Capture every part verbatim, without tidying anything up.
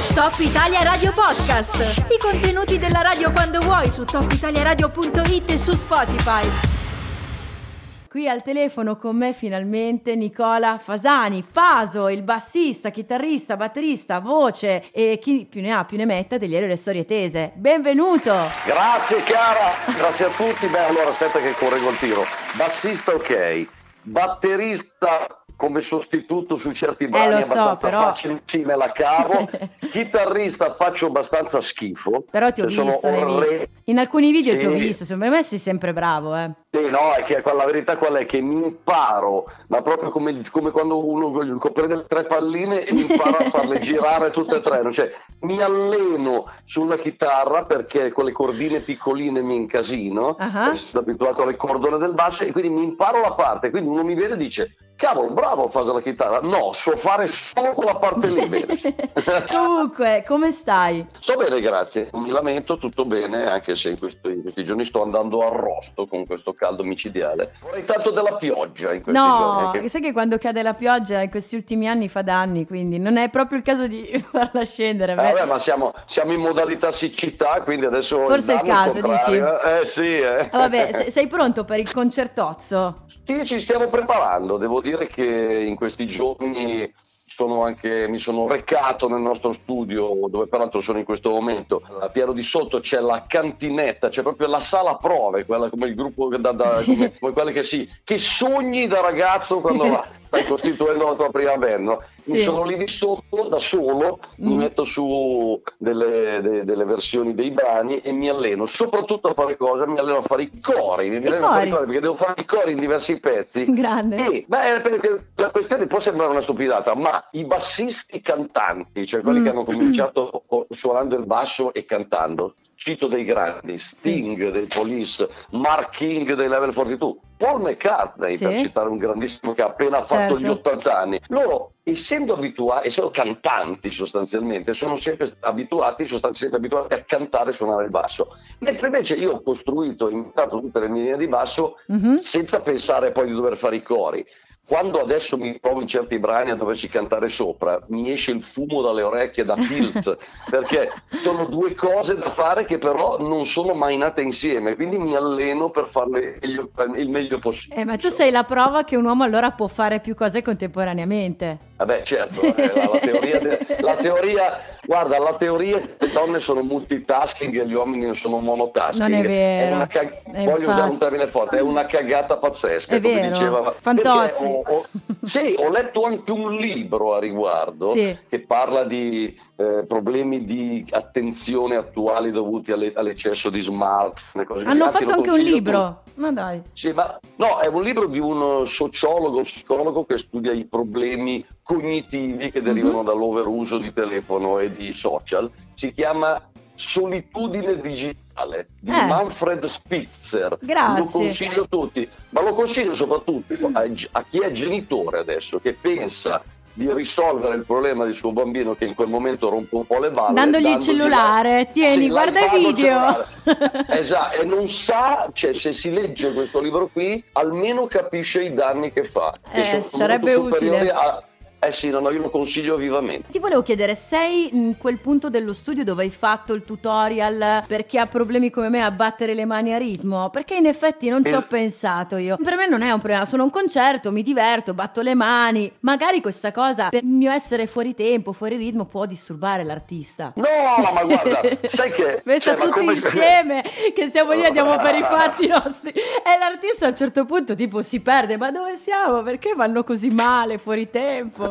Top Italia Radio Podcast. I contenuti della radio quando vuoi su top italia radio punto it e su Spotify. Qui al telefono con me finalmente Nicola Fasani, Faso, il bassista, chitarrista, batterista, voce e chi più ne ha più ne metta degli Elio e le Storie Tese. Benvenuto! Grazie cara, grazie a tutti. Beh, allora aspetta che correggo il tiro. Bassista ok, batterista come sostituto su certi brani eh, lo abbastanza so, però... facili, sì, me la cavo. Chitarrista faccio abbastanza schifo. Però ti ho cioè, visto sono nei orre... video. In alcuni video sì. ti ho visto, secondo me sei sempre bravo, eh. Sì, no, è che la verità qual è? Che mi imparo, ma proprio come, come quando uno prende le tre palline e impara a farle girare tutte e tre, cioè mi alleno sulla chitarra perché con le cordine piccoline mi incasino, uh-huh. sono abituato alle cordone del basso e quindi mi imparo la parte, quindi uno mi vede e dice cavolo, bravo a fare la chitarra. No, so fare solo quella parte lì bene. Comunque, come stai? Sto bene, grazie. Non mi lamento, tutto bene, anche se in questi, in questi giorni sto andando arrosto con questo caldo micidiale. Vorrei tanto della pioggia in questi no, giorni. No, che... sai che quando cade la pioggia in questi ultimi anni fa danni, quindi non è proprio il caso di farla scendere. Eh, vabbè, ma siamo, siamo in modalità siccità, quindi adesso... Forse è il caso, dici? Eh sì, eh. Vabbè, sei pronto per il concertozzo? Sì, ci stiamo preparando, devo dire che in questi giorni sono anche, mi sono recato nel nostro studio, dove peraltro sono in questo momento. A piano di sotto c'è la cantinetta, c'è proprio la sala prove, quella come il gruppo da, da, come, come quelle che si che sogni da ragazzo quando va, stai costituendo la tua prima band, no? Mi sì. sono lì di sotto da solo, mm. mi metto su delle, de, delle versioni dei brani e mi alleno soprattutto a fare cosa? Mi alleno a fare i cori, mi alleno a fare i cori perché devo fare i cori in diversi pezzi. Grande. E beh, perché la questione può sembrare una stupidata, ma i bassisti cantanti, cioè quelli mm. che hanno cominciato suonando il basso e cantando, cito dei grandi, Sting sì. dei Police, Mark King dei Level quarantadue, Paul McCartney, sì. per citare un grandissimo che ha appena certo. fatto gli ottanta anni. Loro, essendo abituati, essendo cantanti sostanzialmente, sono sempre abituati, sostanzialmente abituati a cantare e suonare il basso. Mentre invece io ho costruito, imitato tutte le mie linee di basso mm-hmm. senza pensare poi di dover fare i cori. Quando adesso mi trovo in certi brani a doverci cantare sopra, mi esce il fumo dalle orecchie da tilt, perché sono due cose da fare che però non sono mai nate insieme, quindi mi alleno per farle il, il meglio possibile. Eh, ma tu sei la prova che un uomo allora può fare più cose contemporaneamente. Vabbè, certo, eh, la, la, teoria de, la teoria, guarda, la teoria che le donne sono multitasking e gli uomini sono monotasking. Non è vero. È una cag- è voglio infatti. usare un termine forte, è una cagata pazzesca, è come vero. diceva. Fantozzi. Ho, ho, sì, ho letto anche un libro a riguardo sì. che parla di eh, problemi di attenzione attuali dovuti alle, all'eccesso di smartphone. Cose Hanno così. fatto anche un libro. Tu. Ma dai. Sì, ma no, è un libro di un sociologo, psicologo che studia i problemi cognitivi che derivano mm-hmm. dall'overuso di telefono e di social. Si chiama Solitudine digitale di eh. Manfred Spitzer. Grazie. Lo consiglio a tutti, ma lo consiglio soprattutto a, a chi è genitore adesso, che pensa di risolvere il problema del suo bambino che in quel momento rompe un po' le balle dandogli il cellulare, la... tieni, sì, guarda i video. Esatto, e non sa, cioè se si legge questo libro qui almeno capisce i danni che fa, eh, che sono sarebbe utile a... Eh sì, no, no, io lo consiglio vivamente. Ti volevo chiedere, sei in quel punto dello studio dove hai fatto il tutorial per chi ha problemi come me a battere le mani a ritmo? Perché in effetti non ci ho pensato io. Per me non è un problema, sono a un concerto, mi diverto, batto le mani. Magari questa cosa, per il mio essere fuori tempo, fuori ritmo, può disturbare l'artista. No, ma guarda, sai che... Pensa cioè, tutti come... insieme che stiamo lì, andiamo per i fatti nostri. E l'artista a un certo punto tipo si perde, ma dove siamo? Perché vanno così male, fuori tempo?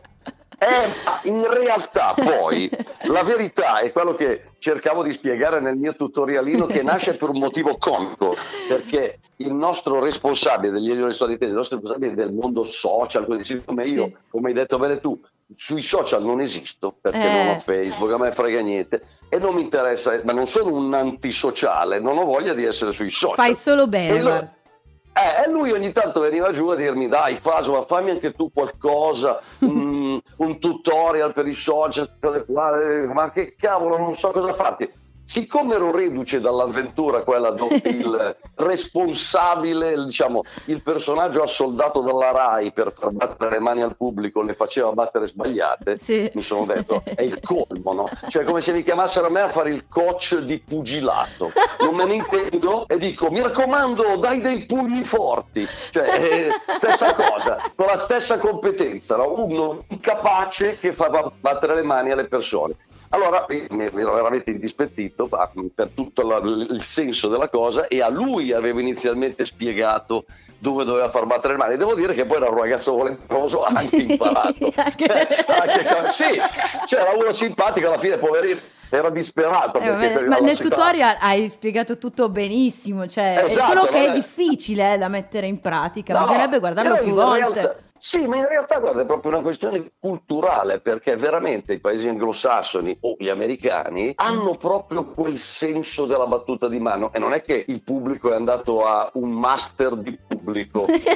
Eh, in realtà poi la verità è quello che cercavo di spiegare nel mio tutorialino, che nasce per un motivo comico, perché il nostro responsabile degli Elio e le Storie Tese, il nostro responsabile del mondo social, come io, sì. come hai detto bene tu, sui social non esisto perché eh. non ho Facebook, a me frega niente e non mi interessa, ma non sono un antisociale, non ho voglia di essere sui social. Fai solo bene. Lo, eh, e lui ogni tanto veniva giù a dirmi: dai Faso, ma fammi anche tu qualcosa, un, un tutorial per i social, ma che cavolo, non so cosa farti. siccome ero reduce dall'avventura quella dove il responsabile, diciamo, il personaggio assoldato dalla Rai per far battere le mani al pubblico le faceva battere sbagliate, sì. mi sono detto, è il colmo, no? Cioè come se mi chiamassero a me a fare il coach di pugilato, non me ne intendo e dico, mi raccomando, dai dei pugni forti, cioè eh, stessa cosa, con la stessa competenza, no? Uno incapace che fa battere le mani alle persone. Allora mi ero veramente indispettito per tutto la, il senso della cosa, e a lui avevo inizialmente spiegato dove doveva far battere le mani. Devo dire che poi era un ragazzo volenteroso, ha anche imparato. anche, sì, cioè era uno simpatico, alla fine poverino era disperato. Eh, vabbè, ma nel tutorial hai spiegato tutto benissimo, cioè, esatto, è solo che vabbè. È difficile eh, da mettere in pratica, no, bisognerebbe guardarlo più in volte. Realtà, sì, ma in realtà guarda, è proprio una questione culturale, perché veramente i paesi anglosassoni o gli americani hanno proprio quel senso della battuta di mano, e non è che il pubblico è andato a un master di pubblico, eh,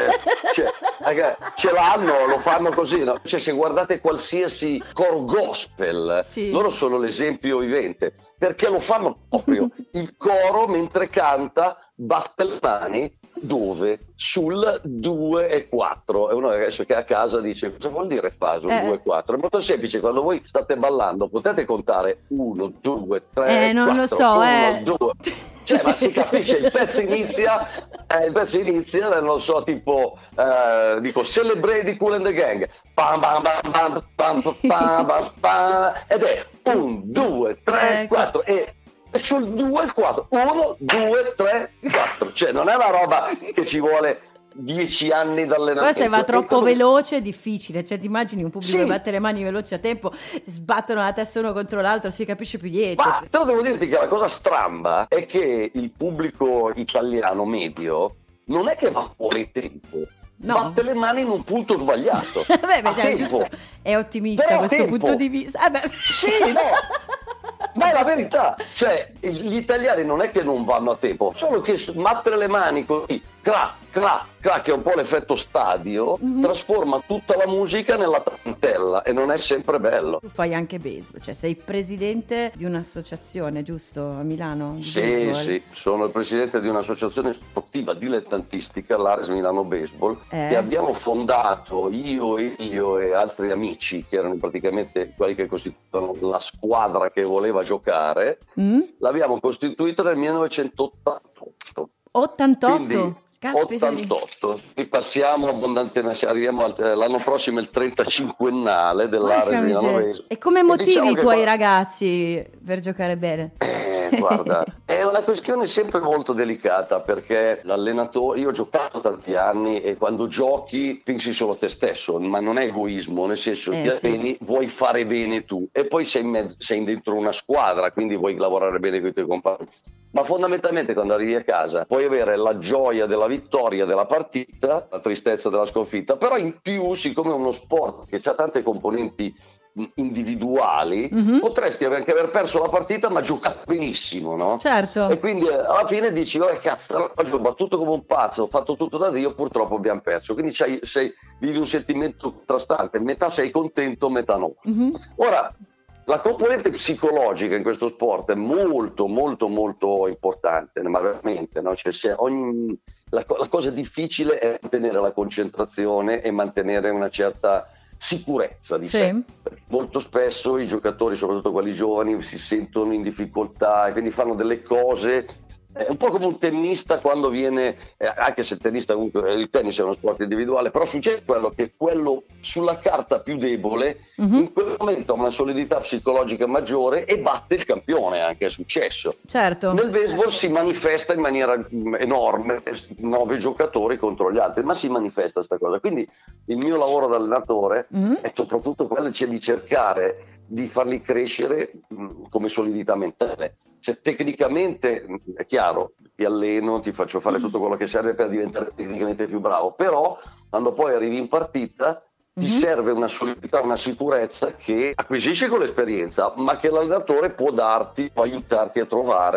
cioè, ce l'hanno, lo fanno così, no? Cioè, se guardate qualsiasi coro gospel, sì. Loro sono l'esempio vivente, perché lo fanno proprio, il coro mentre canta batte le mani dove? Sul due e quattro. E uno adesso che è a casa dice, cosa vuol dire fa sul eh. due e quattro? È molto semplice, quando voi state ballando potete contare uno, due, tre, eh, non quattro, lo so, uno, eh. due. Cioè, ma si capisce, il pezzo inizia, eh, il pezzo inizia, non so, tipo, eh, dico, Celebrate di Kool and the Gang, pam, pam, pam, pam, pam, pam, pam, pam, ed è un, due, tre, quattro, e sul due e quattro, uno, due, tre, quattro, cioè non è una roba che ci vuole dieci anni d'allenamento. Poi se va troppo come... veloce è difficile, cioè ti immagini un pubblico sì. che batte le mani veloci a tempo, sbattono la testa uno contro l'altro, si capisce più niente. Ma te lo devo dirti che la cosa stramba è che il pubblico italiano medio non è che va fuori tempo, no. Batte le mani in un punto sbagliato. Beh, vediamo, giusto, è ottimista da questo tempo. punto di vista. Eh beh. Sì, no. Ma è la verità, cioè gli italiani non è che non vanno a tempo, solo che battere le mani così, crac, crac, crac, che è un po' l'effetto stadio, mm-hmm. trasforma tutta la musica nella tarantella e non è sempre bello. Tu fai anche baseball, cioè sei presidente di un'associazione, giusto, a Milano? Sì, baseball. sì, sono il presidente di un'associazione sportiva dilettantistica, l'Ares Milano Baseball, eh. che abbiamo fondato io e io e altri amici, che erano praticamente quelli che costituivano la squadra che voleva giocare, mm. l'abbiamo costituita nel millenovecentottantotto. ottantotto? Quindi, Caspita. ottantotto, e passiamo abbondantemente, arriviamo al, l'anno prossimo il trentacinquennale dell'Ares Milano Baseball. E come motivi diciamo i tuoi qua... ragazzi per giocare bene? Eh, guarda, è una questione sempre molto delicata, perché l'allenatore, io ho giocato tanti anni e quando giochi pensi solo a te stesso, ma non è egoismo, nel senso eh, ti sì. alleni, vuoi fare bene tu e poi sei, in mezzo, sei dentro una squadra, quindi vuoi lavorare bene con i tuoi compagni. Ma fondamentalmente quando arrivi a casa puoi avere la gioia della vittoria della partita, la tristezza della sconfitta, però in più, siccome è uno sport che ha tante componenti individuali, mm-hmm. potresti anche aver perso la partita ma giocato benissimo, no? Certo. E quindi alla fine dici, oh cazzo, oggi ho battuto come un pazzo, ho fatto tutto da Dio, purtroppo abbiamo perso. Quindi sei, sei, vivi un sentimento contrastante, metà sei contento, metà no. Mm-hmm. Ora, la componente psicologica in questo sport è molto molto molto importante, ma veramente, no? Cioè, se ogni, la, la cosa difficile è mantenere la concentrazione e mantenere una certa sicurezza di sì. sé. Molto spesso i giocatori, soprattutto quelli giovani, si sentono in difficoltà e quindi fanno delle cose. È un po' come un tennista quando viene, eh, anche se il tennista comunque, il tennis è uno sport individuale, però succede quello che quello sulla carta più debole, mm-hmm. in quel momento ha una solidità psicologica maggiore e batte il campione, anche è successo. Certo. Nel baseball si manifesta in maniera enorme, nove giocatori contro gli altri, ma si manifesta sta cosa. Quindi il mio lavoro da allenatore mm-hmm. è soprattutto quello cioè di cercare di farli crescere mh, come solidità mentale. Cioè, tecnicamente è chiaro, ti alleno, ti faccio fare tutto quello che serve per diventare tecnicamente più bravo, però quando poi arrivi in partita ti mm-hmm. serve una solidità, una sicurezza che acquisisci con l'esperienza, ma che l'allenatore può darti, può aiutarti a trovare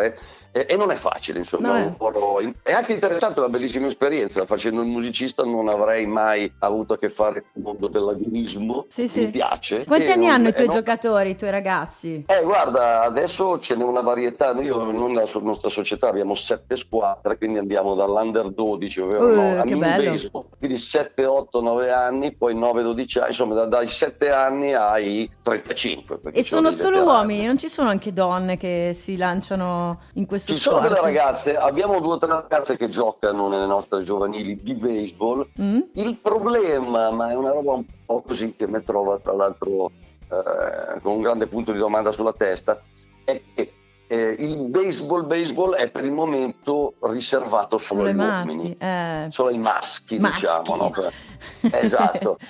E, e non è facile, insomma, No, è, è- un po', è anche interessante, una bellissima esperienza. Facendo il musicista non avrei mai avuto a che fare con il mondo dell'agonismo, Sì, mi sì. piace. Quanti e anni non- hanno i e tuoi non- giocatori, i tuoi ragazzi? eh, guarda, adesso ce n'è una varietà. Io nella so- nostra società abbiamo sette squadre, quindi andiamo dall'under dodici, ovvero Uh, no, a che mini bello. baseball, quindi sette, otto, nove anni, poi nove, dodici anni, insomma da- dai sette anni ai trentacinque. perché E ci sono dei solo veterani. uomini, non ci sono anche donne che si lanciano in questo Ci sono sport? delle ragazze, abbiamo due o tre ragazze che giocano nelle nostre giovanili di baseball. Mm? Il problema, ma è una roba un po' così che mi trova tra l'altro eh, con un grande punto di domanda sulla testa, è che eh, il baseball, baseball è per il momento riservato solo, Solo i agli maschi. uomini, Eh. solo ai maschi, Maschi. diciamo. No? Per- Esatto.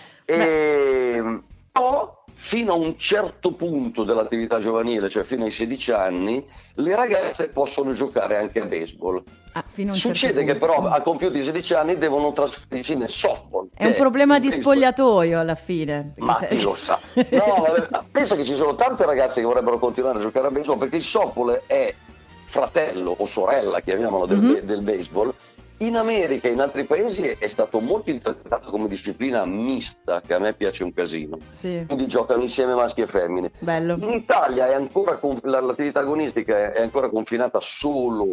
E, però fino a un certo punto dell'attività giovanile, cioè fino ai sedici anni, le ragazze possono giocare anche a baseball. Ah, fino a un Succede certo che punto. però a compiuti sedici anni devono trasferirsi nel softball. È un che problema il di baseball- spogliatoio alla fine. perché Ma se- chi lo sa? No, vabbè, penso che ci sono tante ragazze che vorrebbero continuare a giocare a baseball, perché il softball è fratello o sorella, chiamiamolo, del, Mhm. del baseball. In America e in altri paesi è stato molto interpretato come disciplina mista, che a me piace un casino. Sì, Quindi giocano insieme maschi e femmine. bello. In Italia è ancora con- la- l'attività agonistica è ancora confinata solo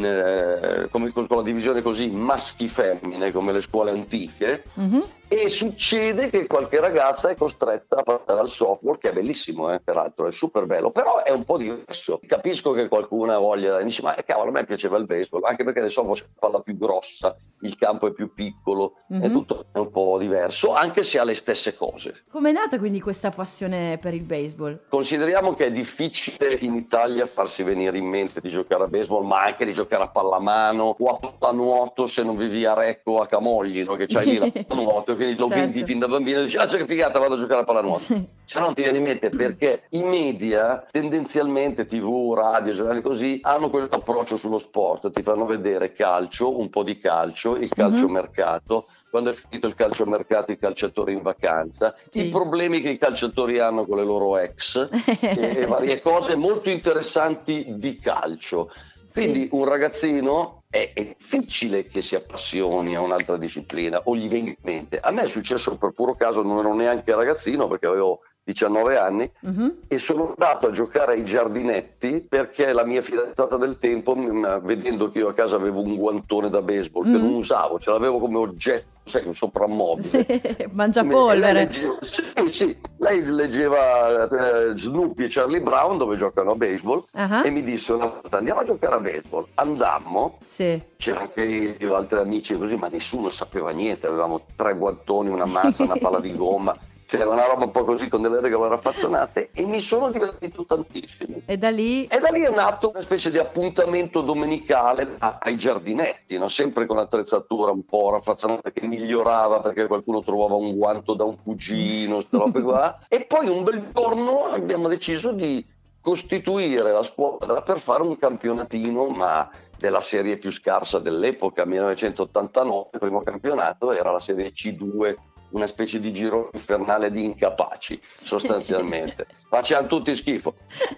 eh, come, con la divisione così maschi-femmine, come le scuole antiche, Mhm. e succede che qualche ragazza è costretta a passare al softball, che è bellissimo, eh, peraltro, è super bello, però è un po' diverso. Capisco che qualcuna voglia, dice, ma cavolo, a me piaceva il baseball, anche perché nel softball c'è la palla più grossa, il campo è più piccolo, è Mhm. tutto è un po' diverso, anche se ha le stesse cose. Com'è nata quindi questa passione per il baseball? Consideriamo che è difficile in Italia farsi venire in mente di giocare a baseball, ma anche di giocare a pallamano o a pallanuoto se non vivi a Recco o a Camogli, no? Che c'hai lì la pallanuoto, quindi lo Certo. vedi fin da bambino e dici, ah, c'è che figata, vado a giocare a pallanuoto. Sì. Se no non ti viene in mente, perché i media tendenzialmente, tivù, radio, giornali così, hanno questo approccio sullo sport, ti fanno vedere calcio, un po' di calcio, il calciomercato, quando è finito il calciomercato i calciatori in vacanza, Sì. i problemi che i calciatori hanno con le loro ex e varie cose molto interessanti di calcio. Quindi Sì. un ragazzino è, è difficile che si appassioni a un'altra disciplina o gli venga in mente. A me è successo per puro caso, non ero neanche ragazzino perché avevo diciannove anni, Mhm. e sono andato a giocare ai giardinetti perché la mia fidanzata del tempo, m- vedendo che io a casa avevo un guantone da baseball che Mm. non usavo, ce l'avevo come oggetto, sai, un soprammobile. Mangiapolvere. E lei leggeva, sì, sì, lei leggeva eh, Snoopy e Charlie Brown dove giocano a baseball, Ah, e mi disse una volta andiamo a giocare a baseball. Andammo, sì. c'erano anche io, altri amici così, ma nessuno sapeva niente, avevamo tre guantoni, una mazza, una palla di gomma, c'era una roba un po' così con delle regole raffazzonate, e mi sono divertito tantissimo. E da lì E da lì è nato una specie di appuntamento domenicale a- ai giardinetti, no? Sempre con attrezzatura un po' raffazzonata che migliorava perché qualcuno trovava un guanto da un cugino, queste robe qua. E poi un bel giorno abbiamo deciso di costituire la squadra per fare un campionatino, ma della serie più scarsa dell'epoca, millenovecentottantanove, il primo campionato era la serie C due, una specie di giro infernale di incapaci, sostanzialmente. Facciamo tutti schifo.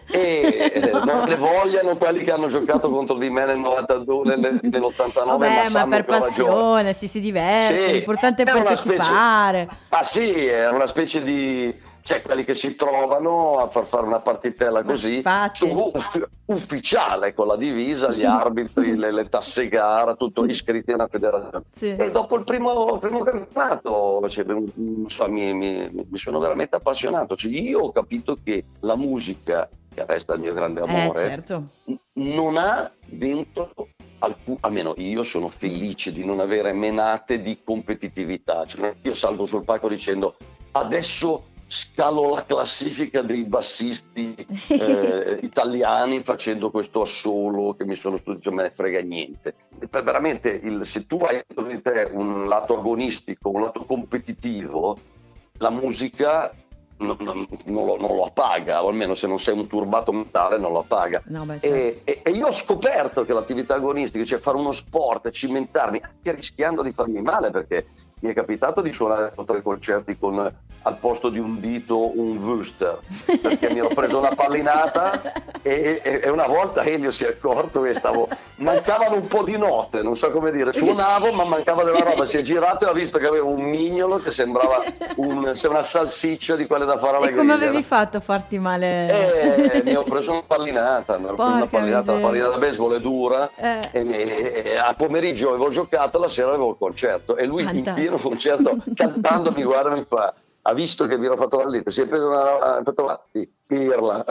E eh, No. non le vogliano quelli che hanno giocato contro di me nel novantadue, nel- nell'ottantanove, Vabbè, ma sanno per che ho ragione. passione, si si diverte, Sì, l'importante è era una specie- partecipare. Ma sì, è una specie di... C'è quelli che si trovano a far fare una partitella Ma così, infatti. su- uff- ufficiale, con la divisa, gli arbitri, le, le tasse gara, tutto iscritti a una federazione. Sì. E dopo il primo, il primo campionato cioè, non so, mi, mi- mi sono veramente appassionato. Cioè, io ho capito che la musica, che resta il mio grande Eh, amore, certo. n- non ha dentro alcun, almeno io sono felice di non avere menate di competitività. Cioè, io salgo sul palco dicendo adesso scalo la classifica dei bassisti eh, italiani facendo questo assolo che mi sono studiato, cioè, me ne frega niente. Per veramente il, se tu hai dentro di te un lato agonistico, un lato competitivo, la musica non, non- non lo, non lo appaga, o almeno se non sei un turbato mentale non lo appaga. No, beh, certo. E, e- e io ho scoperto che l'attività agonistica, cioè fare uno sport, cimentarmi, anche rischiando di farmi male, perché mi è capitato di suonare tre concerti con al posto di un dito un Wüster, perché mi ero preso una pallinata e, e, e una volta Elio si è accorto che stavo mancavano un po' di note, non so come dire, suonavo ma mancava della roba, si è girato e ha visto che avevo un mignolo che sembrava un, se una salsiccia di quelle da fare alla griglia. E come griglia. avevi fatto a farti male? Eh, mi ho preso una pallinata, mi ero preso una pallinata, la pallina da baseball è dura eh. e, e, e a pomeriggio avevo giocato, la sera avevo il concerto e lui Fantastico. In pieno concerto cantando mi guarda e mi fa: ha visto che mi ero fatto male, si è preso una, ha fatto la pirla.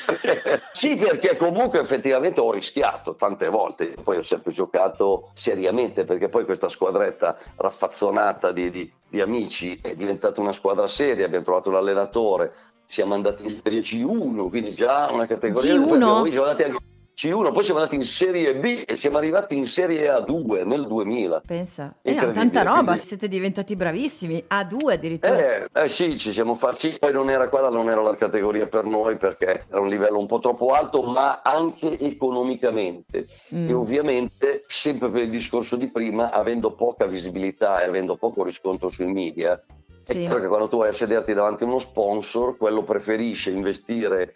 Sì, perché comunque effettivamente ho rischiato tante volte, poi ho sempre giocato seriamente, perché poi questa squadretta raffazzonata di, di, di amici è diventata una squadra seria, abbiamo trovato un allenatore, siamo andati in Serie C uno, quindi già una categoria G uno? Poi siamo andati anche C uno, poi siamo andati in Serie B e siamo arrivati in Serie A due nel duemila. Pensa, eh, tanta roba, quindi siete diventati bravissimi, A due addirittura. Eh, eh sì, ci siamo fatti, poi non era quella, non era la categoria per noi perché era un livello un po' troppo alto, ma anche economicamente. Mm. E ovviamente, sempre per il discorso di prima, avendo poca visibilità e avendo poco riscontro sui media, sì. È chiaro che quando tu vai a sederti davanti a uno sponsor, quello preferisce investire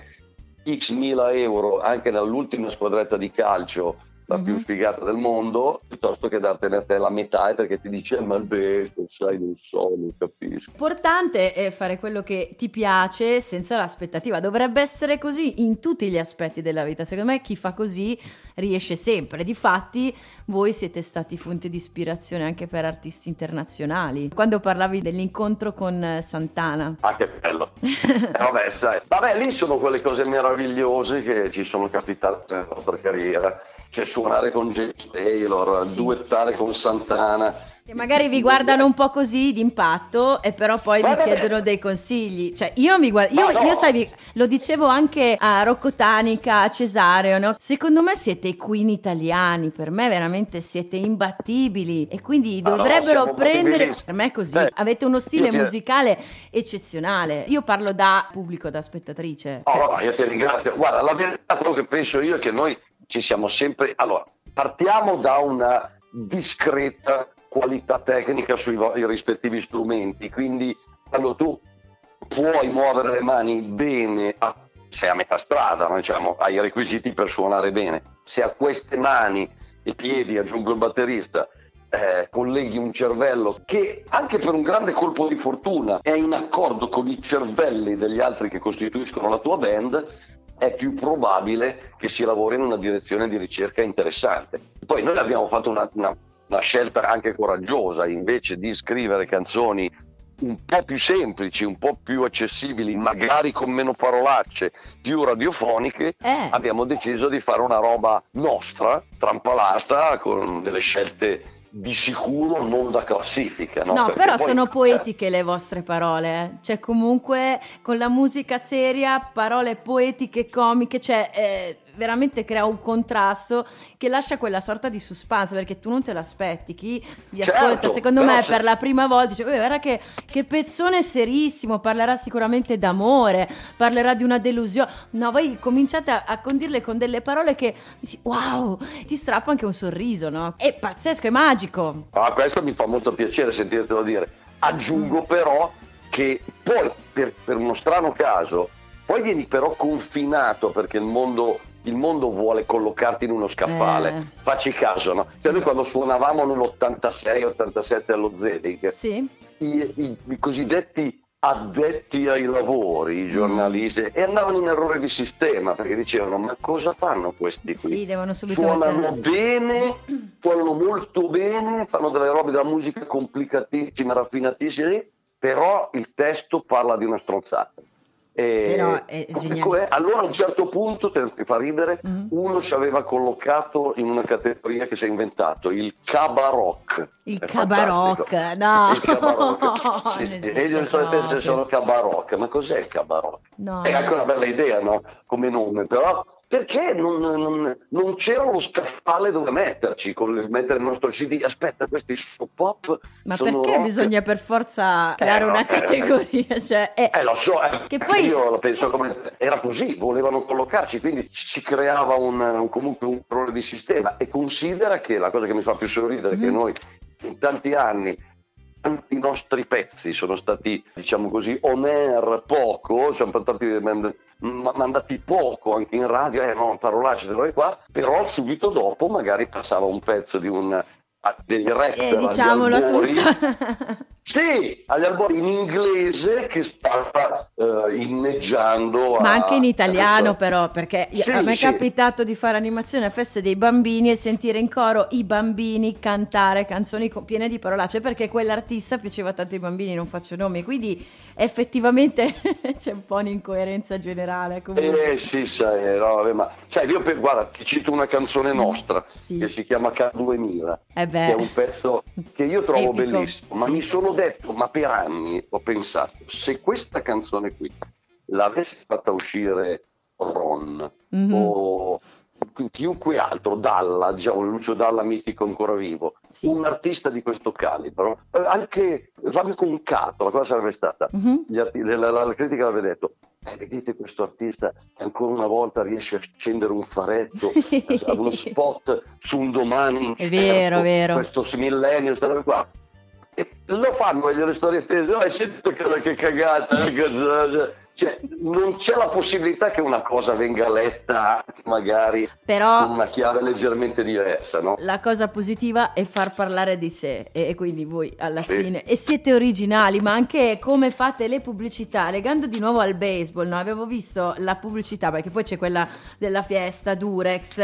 X mila euro anche nell'ultima squadretta di calcio, la mm-hmm. più sfigata del mondo, piuttosto che dartene a te la metà perché ti dice ma beh, sai, non so, non capisco. L'importante è fare quello che ti piace senza l'aspettativa, dovrebbe essere così in tutti gli aspetti della vita, secondo me chi fa così riesce sempre. Difatti voi siete stati fonte di ispirazione anche per artisti internazionali. Quando parlavi dell'incontro con Santana, ah che bello. eh, vabbè sai, vabbè lì sono quelle cose meravigliose che ci sono capitate nella nostra carriera, cioè suonare con James Taylor, sì. duettare con Santana, che magari vi guardano un po' così d'impatto e però poi vi chiedono dei consigli. Cioè io mi guardo, io, no. io sai, lo dicevo anche a Rocco Tanica, a Cesareo, no? Secondo me siete i Queen italiani, per me veramente siete imbattibili e quindi dovrebbero no, prendere, per me è così, eh, avete uno stile ti... musicale eccezionale. Io parlo da pubblico, da spettatrice. Oh, cioè... no, io ti ringrazio. Guarda, la verità, quello che penso io è che noi ci siamo sempre, allora, partiamo da una discreta qualità tecnica sui rispettivi strumenti, quindi quando tu puoi muovere le mani bene, a, sei a metà strada, no? Diciamo, hai i requisiti per suonare bene. Se a queste mani e piedi, aggiungo il batterista, eh, colleghi un cervello che anche per un grande colpo di fortuna è in accordo con i cervelli degli altri che costituiscono la tua band, è più probabile che si lavori in una direzione di ricerca interessante. Poi noi abbiamo fatto una, una una scelta anche coraggiosa, invece di scrivere canzoni un po' più semplici, un po' più accessibili, magari con meno parolacce, più radiofoniche, eh. abbiamo deciso di fare una roba nostra, strampalata, con delle scelte di sicuro non da classifica, no? No, Perché però poi, sono poetiche cioè... le vostre parole, eh? Cioè comunque con la musica seria, parole poetiche, comiche, cioè eh, veramente crea un contrasto che lascia quella sorta di suspense, perché tu non te l'aspetti, chi vi certo, ascolta secondo me se... per la prima volta dice guarda che, che pezzone serissimo, parlerà sicuramente d'amore, parlerà di una delusione, no, voi cominciate a, a condirle con delle parole che dici wow, ti strappa anche un sorriso, no? È pazzesco, è magico. Ah, questo mi fa molto piacere sentirtelo dire. Aggiungo però che poi per, per uno strano caso poi vieni però confinato perché il mondo il mondo vuole collocarti in uno scaffale. Eh. Facci caso, no? Cioè noi quando suonavamo nell'ottantasei ottantasette allo Zelig, sì. i, i, i cosiddetti addetti ai lavori, i giornalisti, mm. e andavano in errore di sistema perché dicevano ma cosa fanno questi qui? Sì, devono subito suonano mettere... bene, suonano molto bene, fanno delle robe della musica complicatissime, raffinatissime, però il testo parla di una stronzata. E però è geniale. Allora a un certo punto, te ti fa ridere, mm-hmm. uno ci aveva collocato in una categoria che si è inventato, il cabaroc. Il cabaroc, no. Il cabaroc. Sì, sì. E io solitamente sono cabaroc, ma cos'è il cabaroc? No, è no. anche una bella idea, no? Come nome, però perché non, non, non c'era lo scaffale dove metterci, con il, mettere il nostro C D, aspetta, questi sono pop. Ma sono perché rock. Bisogna per forza creare eh, una no, categoria? Cioè, eh, eh, lo so, eh, che poi... io lo penso come era così, volevano collocarci, quindi ci creava un, un comunque un errore di sistema. E considera che la cosa che mi fa più sorridere è mm. che noi in tanti anni tanti nostri pezzi sono stati, diciamo così, on air poco, siamo stati mandati poco anche in radio, eh no, parolacce, qua, però subito dopo magari passava un pezzo di un degli rapper, eh, diciamolo albori, tutta. Sì, agli albori in inglese che stava uh, inneggiando. Ma a, anche in italiano adesso... però, perché sì, a me è sì. capitato di fare animazione a feste dei bambini e sentire in coro i bambini cantare canzoni piene di parolacce, perché quell'artista piaceva tanto ai bambini, non faccio nomi, quindi effettivamente c'è un po' un'incoerenza generale. Comunque. Eh sì, sai, no, vabbè, ma sai, io per, guarda, ti cito una canzone nostra sì. che si chiama K duemila, eh beh. che è un pezzo che io trovo Epico. bellissimo, ma sì. mi sono detto, ma per anni ho pensato, se questa canzone qui l'avesse fatta uscire Ron mm-hmm. o chiunque altro, Dalla, già un Lucio Dalla mitico ancora vivo, sì. un artista di questo calibro, anche Fabio Concato, la cosa sarebbe stata, mm-hmm. gli arti- la, la, la critica avrebbe detto, eh, vedete questo artista che ancora una volta riesce a accendere un faretto, uno spot su un domani incerto, è vero, vero. questo millennio, questa roba qua. E lo fanno e le storie tese, no, sento che, che cagata, cioè non c'è la possibilità che una cosa venga letta magari però con una chiave leggermente diversa, no? La cosa positiva è far parlare di sé, e, e quindi voi alla sì. fine e siete originali, ma anche come fate le pubblicità, legando di nuovo al baseball, no? Avevo visto la pubblicità, perché poi c'è quella della Fiesta, Durex,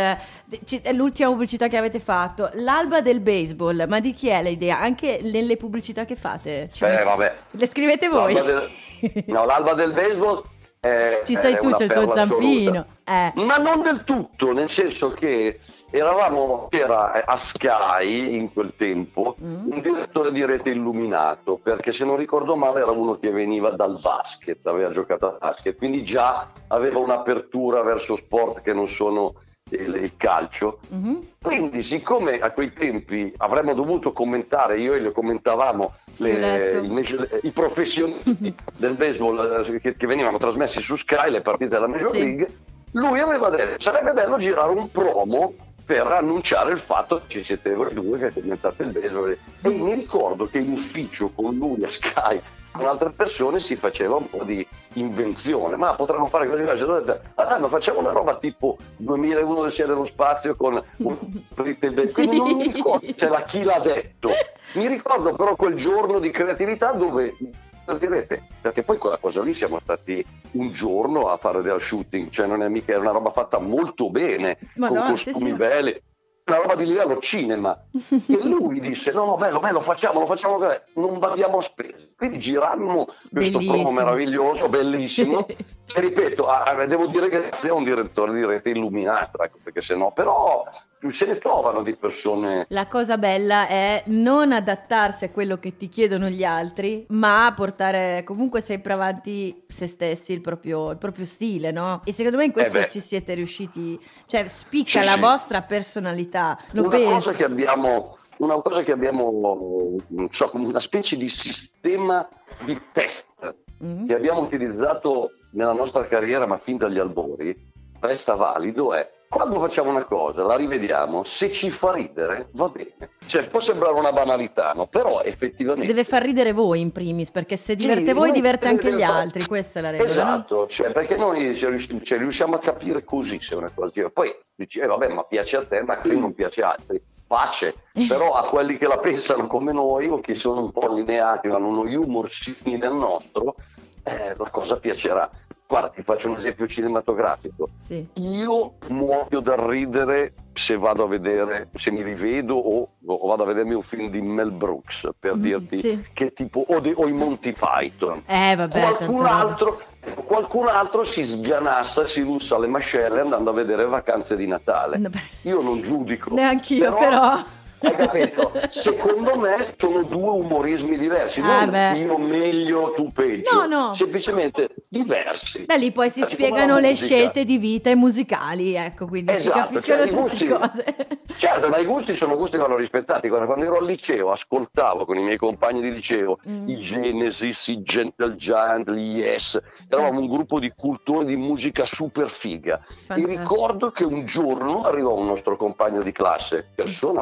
è l'ultima pubblicità che avete fatto, l'alba del baseball, ma di chi è l'idea? Anche nelle pubblicità che fate? Cioè, eh, vabbè. Le scrivete voi? L'alba del, no, l'alba del baseball è, ci sei è tu, c'è il tuo zampino. Eh. Ma non del tutto, nel senso che eravamo, c'era a Sky in quel tempo mm. un direttore di rete illuminato, perché se non ricordo male era uno che veniva dal basket, aveva giocato a basket, quindi già aveva un'apertura verso sport che non sono il, il calcio. Mm-hmm. Quindi siccome a quei tempi avremmo dovuto commentare, io e le commentavamo sì, le, invece, i professionisti del baseball che, che venivano trasmessi su Sky, le partite della Major sì. League, lui aveva detto sarebbe bello girare un promo per annunciare il fatto che ci siete voi due che commentate il baseball. E mi ricordo che in ufficio con lui a Sky con altre persone si faceva un po' di invenzione, ma potremmo fare così, ah, ma facciamo una roba tipo duemilauno del Sia dello Spazio con un quindi non mi ricordo c'è la chi l'ha detto, mi ricordo però quel giorno di creatività dove direte, perché poi quella cosa lì siamo stati un giorno a fare del shooting, cioè non è mica, era una roba fatta molto bene, Madonna, con costumi sì, sì. belli, una roba di livello cinema. E lui disse no no bello bello facciamo lo facciamo non abbiamo spese, quindi girammo questo promo meraviglioso, bellissimo. E ripeto, ah, devo dire che è un direttore di rete illuminato, ecco, perché sennò però se ne trovano di persone. La cosa bella è non adattarsi a quello che ti chiedono gli altri, ma portare comunque sempre avanti se stessi, il proprio, il proprio stile, no? E secondo me in questo eh ci siete riusciti, cioè spicca sì, la sì. vostra personalità. Lo una penso. cosa che abbiamo una cosa che abbiamo non so, una specie di sistema di test mm. che abbiamo utilizzato nella nostra carriera, ma fin dagli albori, resta valido, è quando facciamo una cosa, la rivediamo, se ci fa ridere, va bene. Cioè, può sembrare una banalità, no? Però effettivamente... Deve far ridere voi in primis, perché se diverte sì, voi, diverte anche gli altri, questa è la regola. Esatto, no? Cioè, perché noi cioè, riusciamo a capire così se una cosa... Poi dici, eh, vabbè, ma piace a te, ma così non piace a altri. Pace, però a quelli che la pensano come noi o che sono un po' allineati, hanno uno humor simile al nostro, eh, la cosa piacerà. Guarda, ti faccio un esempio cinematografico. Sì. Io muoio dal ridere se vado a vedere, se mi rivedo o, o vado a vedermi un film di Mel Brooks, per mm, dirti sì. che tipo, o, de, o i Monty Python. Eh, vabbè, qualcun, altro, qualcun altro si sganassa, si russa le mascelle andando a vedere Vacanze di Natale. No, io non giudico. Neanch'io, però... però... Hai capito? Secondo me sono due umorismi diversi, ah, non beh. io meglio, tu peggio, no, no. semplicemente diversi. Da lì poi si Cazzo spiegano le scelte di vita e musicali, ecco, quindi esatto, si capiscono cioè, tutte gusti, cose. Certo, ma i gusti sono gusti che vanno rispettati. Quando, quando ero al liceo ascoltavo con i miei compagni di liceo mm. i Genesis, i Gentle Giant, gli Yes, eravamo un gruppo di cultori di musica super figa. Fantastico. E ricordo che un giorno arrivò un nostro compagno di classe, persona peraltro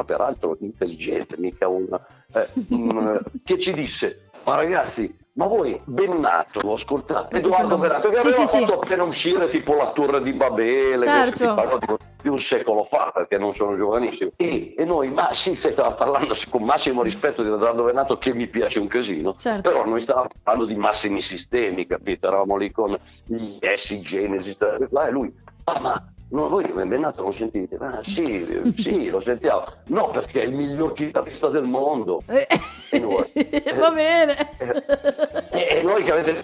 ragazzo intelligente, mica un, eh, un che ci disse: ma ragazzi, ma voi Bennato lo ascoltate? Edoardo Bennato, che sì, aveva sì, fatto sì. appena uscire tipo La Torre di Babele, Certo. che si parla di, di un secolo fa, perché non sono giovanissimo. E, e noi, ma sì, si stava parlando con massimo rispetto di Edoardo Bennato, che mi piace un casino, Certo. però noi stavamo parlando di massimi sistemi, capito? Eravamo lì con gli S, i Genesis, e lui, ah ma... No, voi Bennato non sentite? Ah, sì, sì, lo sentiamo. No, perché è il miglior chitarrista del mondo. Eh, E noi, Va bene. E, e noi che avete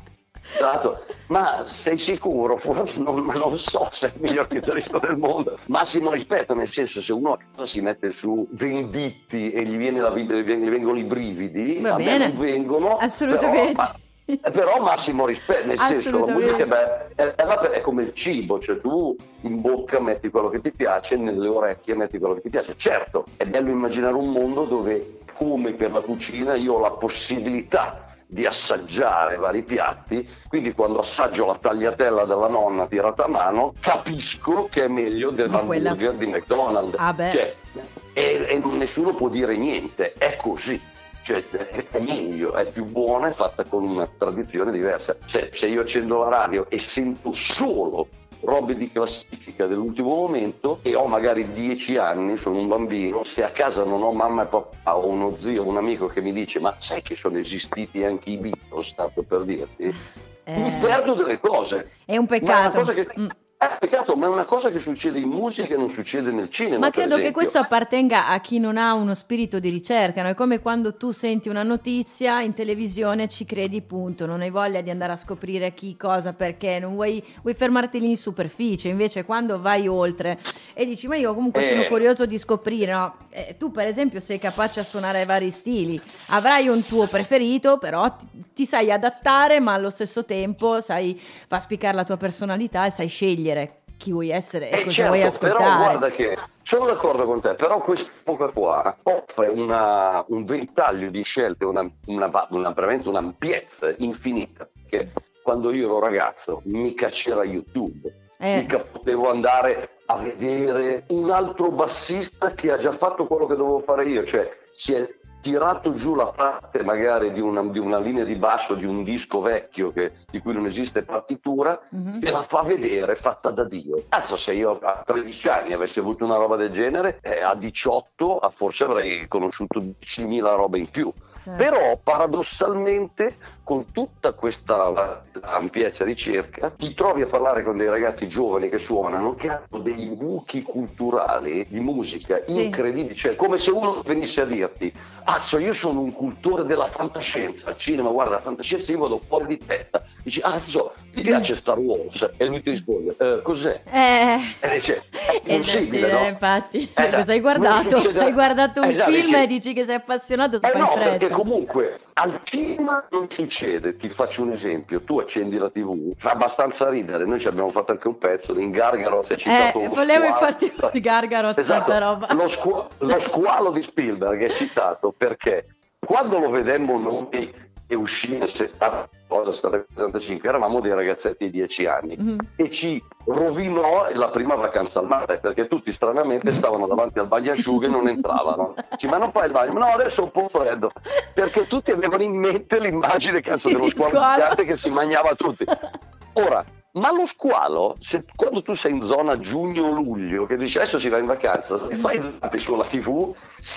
dato, ma sei sicuro? Non, ma non so se è il miglior chitarrista del mondo. Massimo rispetto, nel senso, se uno si mette su Venditti e gli, viene la, gli vengono i brividi, Va a me bene. non vengono. Assolutamente. Però, ma, però massimo rispetto, nel senso, la musica beh, è, è, è come il cibo, cioè tu in bocca metti quello che ti piace, nelle orecchie metti quello che ti piace. Certo, è bello immaginare un mondo dove, come per la cucina, io ho la possibilità di assaggiare vari piatti, quindi quando assaggio la tagliatella della nonna tirata a mano, capisco che è meglio dell'hamburger di McDonald's. Ah beh. Cioè, e, e nessuno può dire niente, è così. Cioè, è meglio, è più buona, è fatta con una tradizione diversa. Cioè, se io accendo la radio e sento solo robe di classifica dell'ultimo momento e ho magari dieci anni, sono un bambino, se a casa non ho mamma e papà o uno zio o un amico che mi dice ma sai che sono esistiti anche i Beatles, tanto per dirti, eh... mi perdo delle cose. È un peccato. Ma è una cosa che... mm. È peccato, ma è una cosa che succede in musica e non succede nel cinema. Ma credo per che questo appartenga a chi non ha uno spirito di ricerca, no? È come quando tu senti una notizia in televisione, ci credi, punto, non hai voglia di andare a scoprire chi, cosa, perché, non vuoi, vuoi fermarti lì in superficie. Invece quando vai oltre e dici ma io comunque eh. sono curioso di scoprire, no? Eh, tu per esempio sei capace a suonare ai vari stili, avrai un tuo preferito, però ti, ti sai adattare, ma allo stesso tempo sai fa spiccare la tua personalità e sai scegliere chi vuoi essere e eh cosa certo, vuoi ascoltare. Però guarda che sono d'accordo con te, però quest'epoca qua offre una, un ventaglio di scelte, una, una, una, veramente un'ampiezza infinita, che quando io ero ragazzo mica c'era YouTube, eh. mica potevo andare a vedere un altro bassista che ha già fatto quello che dovevo fare io, cioè si è tirato giù la parte magari di una, di una linea di basso di un disco vecchio che, di cui non esiste partitura, mm-hmm. e la fa vedere fatta da Dio. Adesso se io a tredici anni avessi avuto una roba del genere, eh, a diciotto forse avrei conosciuto diecimila robe in più. Certo. Però paradossalmente con tutta questa ampiezza di ricerca ti trovi a parlare con dei ragazzi giovani che suonano, che hanno dei buchi culturali di musica sì. incredibili, cioè come se uno venisse a dirti azzo io sono un cultore della fantascienza, al cinema guarda la fantascienza io vado fuori di testa, dici azzo ti piace Star Wars? E lui ti risponde eh, cos'è? Eh, e dice è eh, sì, no? infatti eh, cosa hai guardato? Succede... Hai guardato un esatto, film dice... e dici che sei appassionato, eh fai no, fretta. Perché comunque al cinema non succede, ti faccio un esempio, tu accendi la tivù, fa abbastanza ridere, noi ci abbiamo fatto anche un pezzo, in Gargaro si è citato eh, lo volevo squalo, infatti di Gargaro esatto, tanta roba. Lo, squ- lo squalo di Spielberg è citato perché quando lo vedemmo noi e uscì nel settanta, cosa settantacinque, eravamo dei ragazzetti di dieci anni mm-hmm. e ci rovinò la prima vacanza al mare perché tutti stranamente stavano davanti al bagnasciuga e non entravano. Dici, ma non fai il bagno? No, adesso è un po' freddo, perché tutti avevano in mente l'immagine cazzo dello squalo che si mangiava tutti. Ora, ma lo squalo, se, quando tu sei in zona giugno-luglio, che dici adesso si va in vacanza, se fai zampi sulla tivù,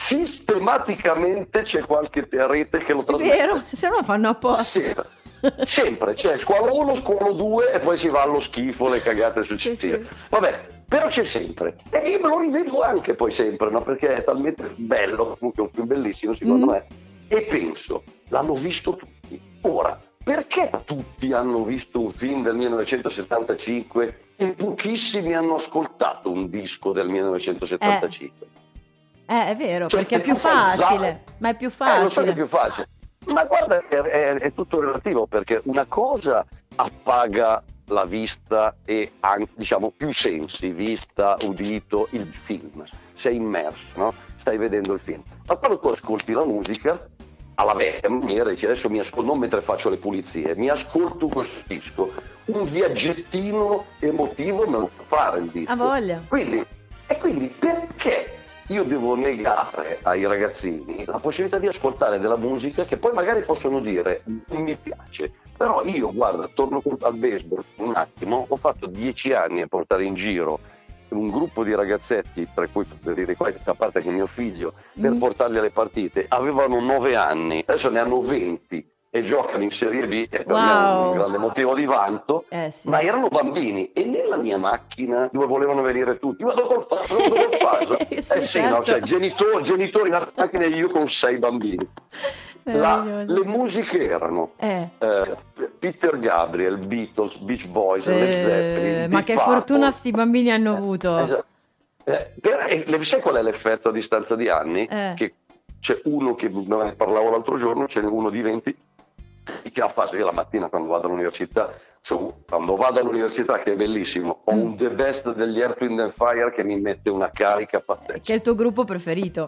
sistematicamente c'è qualche rete che lo trasmette. È vero, se no fanno apposta. Sì. Sempre, c'è squalo uno, squalo due e poi si va allo schifo, le cagate successive. Sì, sì. Vabbè, però c'è sempre. E io me lo rivedo anche poi sempre, no? Perché è talmente bello, comunque è un film bellissimo secondo mm. me. E penso, l'hanno visto tutti. Ora, perché tutti hanno visto un film del millenovecentosettantacinque e pochissimi hanno ascoltato un disco del millenovecentosettantacinque? Eh, eh è vero, cioè, perché è più facile, ma è più facile. Eh, lo so che è più facile. Ma guarda, è, è, è tutto relativo, perché una cosa appaga la vista e anche, diciamo, più sensi, vista, udito, il film. Sei immerso, no? Stai vedendo il film. Ma quando tu ascolti la musica, alla vecchia maniera, dici adesso mi ascolto, non mentre faccio le pulizie, mi ascolto questo disco, un viaggettino emotivo me lo fa fare il disco. Ha voglia. Quindi, e quindi perché io devo negare ai ragazzini la possibilità di ascoltare della musica che poi magari possono dire non mi piace, però io guarda, torno al baseball un attimo, ho fatto dieci anni a portare in giro un gruppo di ragazzetti, tra cui per quali a parte che mio figlio, per mm. portarli alle partite, avevano nove anni, adesso ne hanno venti e giocano in Serie B, e per wow. me è un grande motivo di vanto, eh, sì. ma erano bambini, e nella mia macchina dove volevano venire tutti, vado col faso, vado col faso. sì, eh sì, certo. no, cioè genitori, genitori in macchina, io con sei bambini. La, le musiche erano eh. Eh, Peter Gabriel, Beatles, Beach Boys, eh, Led Zeppelin, ma che Purple. Fortuna sti bambini hanno avuto. Eh, esatto. eh, per, eh, sai qual è l'effetto a distanza di anni? Eh. Che c'è uno che ne parlavo l'altro giorno, c'è uno di venti che ha fatto, io la mattina quando vado all'università, cioè, quando vado all'università, che è bellissimo, ho mm. un The Best degli Earth, Wind and Fire che mi mette una carica pazzesca. Che è il tuo gruppo preferito?